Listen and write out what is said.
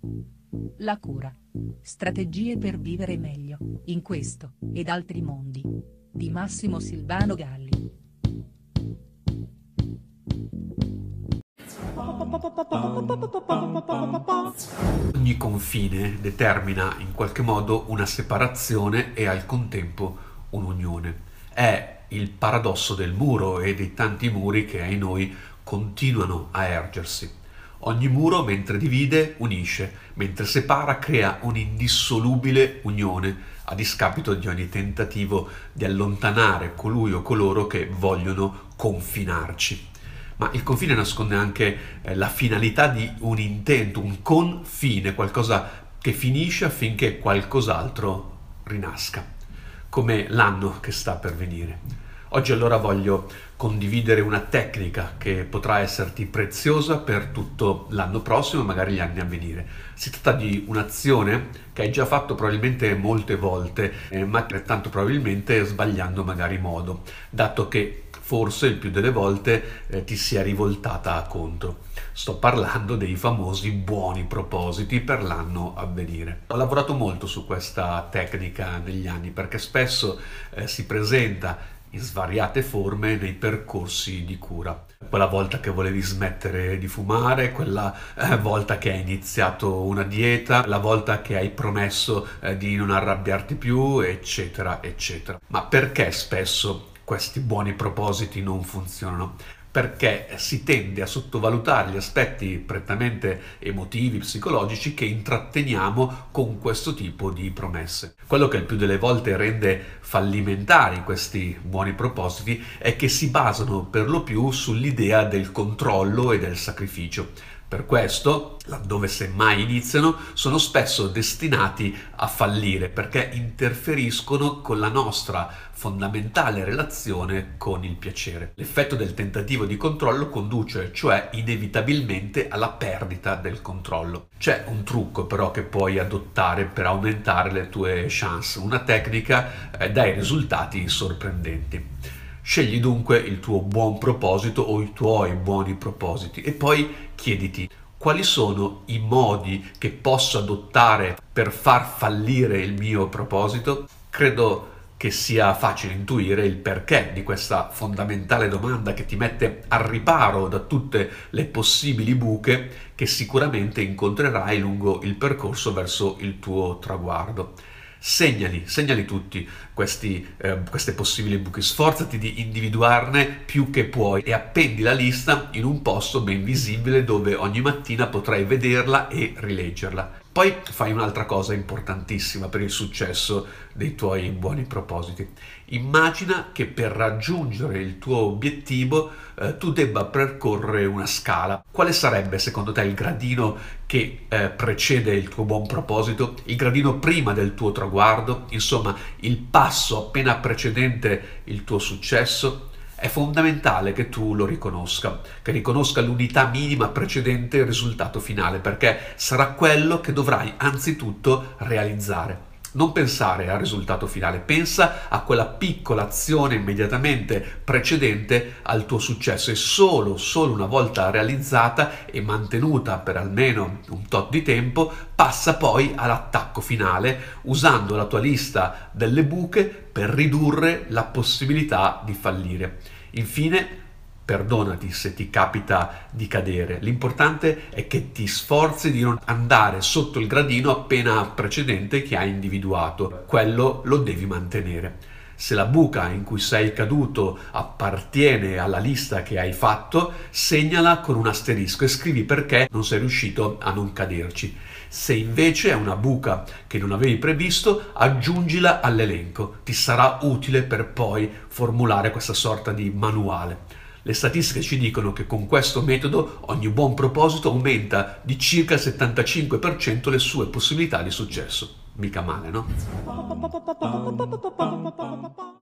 La cura. Strategie per vivere meglio, in questo, ed altri mondi. Di Massimo Silvano Galli. Ogni confine determina in qualche modo una separazione e al contempo un'unione. È il paradosso del muro e dei tanti muri che ai noi continuano a ergersi. Ogni muro, mentre divide, unisce, mentre separa, crea un'indissolubile unione, a discapito di ogni tentativo di allontanare colui o coloro che vogliono confinarci. Ma il confine nasconde anche la finalità di un intento, un confine, qualcosa che finisce affinché qualcos'altro rinasca, come l'anno che sta per venire. Oggi allora voglio condividere una tecnica che potrà esserti preziosa per tutto l'anno prossimo e magari gli anni a venire. Si tratta di un'azione che hai già fatto probabilmente molte volte, ma altrettanto probabilmente sbagliando magari modo, dato che forse il più delle volte ti sia rivoltata contro. Sto parlando dei famosi buoni propositi per l'anno a venire. Ho lavorato molto su questa tecnica negli anni perché spesso si presenta in svariate forme nei percorsi di cura. Quella volta che volevi smettere di fumare, quella volta che hai iniziato una dieta, la volta che hai promesso di non arrabbiarti più, eccetera, eccetera. Ma perché spesso questi buoni propositi non funzionano? Perché si tende a sottovalutare gli aspetti prettamente emotivi, psicologici che intratteniamo con questo tipo di promesse. Quello che il più delle volte rende fallimentari questi buoni propositi è che si basano per lo più sull'idea del controllo e del sacrificio. Per questo, laddove semmai iniziano, sono spesso destinati a fallire perché interferiscono con la nostra fondamentale relazione con il piacere. L'effetto del tentativo di controllo conduce, cioè, inevitabilmente alla perdita del controllo. C'è un trucco però che puoi adottare per aumentare le tue chance, una tecnica dai risultati sorprendenti. Scegli dunque il tuo buon proposito o i tuoi buoni propositi e poi chiediti quali sono i modi che posso adottare per far fallire il mio proposito. Credo che sia facile intuire il perché di questa fondamentale domanda che ti mette al riparo da tutte le possibili buche che sicuramente incontrerai lungo il percorso verso il tuo traguardo. Segnali tutti queste possibili buche, sforzati di individuarne più che puoi e appendi la lista in un posto ben visibile dove ogni mattina potrai vederla e rileggerla. Poi fai un'altra cosa importantissima per il successo dei tuoi buoni propositi. Immagina che per raggiungere il tuo obiettivo tu debba percorrere una scala. Quale sarebbe secondo te il gradino che precede il tuo buon proposito, il gradino prima del tuo traguardo, insomma il passo appena precedente il tuo successo? È fondamentale che tu lo riconosca, che riconosca l'unità minima precedente il risultato finale, perché sarà quello che dovrai anzitutto realizzare. Non pensare al risultato finale, pensa a quella piccola azione immediatamente precedente al tuo successo e solo una volta realizzata e mantenuta per almeno un tot di tempo, passa poi all'attacco finale usando la tua lista delle buche per ridurre la possibilità di fallire. Infine, perdonati se ti capita di cadere, l'importante è che ti sforzi di non andare sotto il gradino appena precedente che hai individuato, quello lo devi mantenere. Se la buca in cui sei caduto appartiene alla lista che hai fatto, segnala con un asterisco e scrivi perché non sei riuscito a non caderci. Se invece è una buca che non avevi previsto, aggiungila all'elenco. Ti sarà utile per poi formulare questa sorta di manuale. Le statistiche ci dicono che con questo metodo ogni buon proposito aumenta di circa il 75% le sue possibilità di successo. Mica male, no?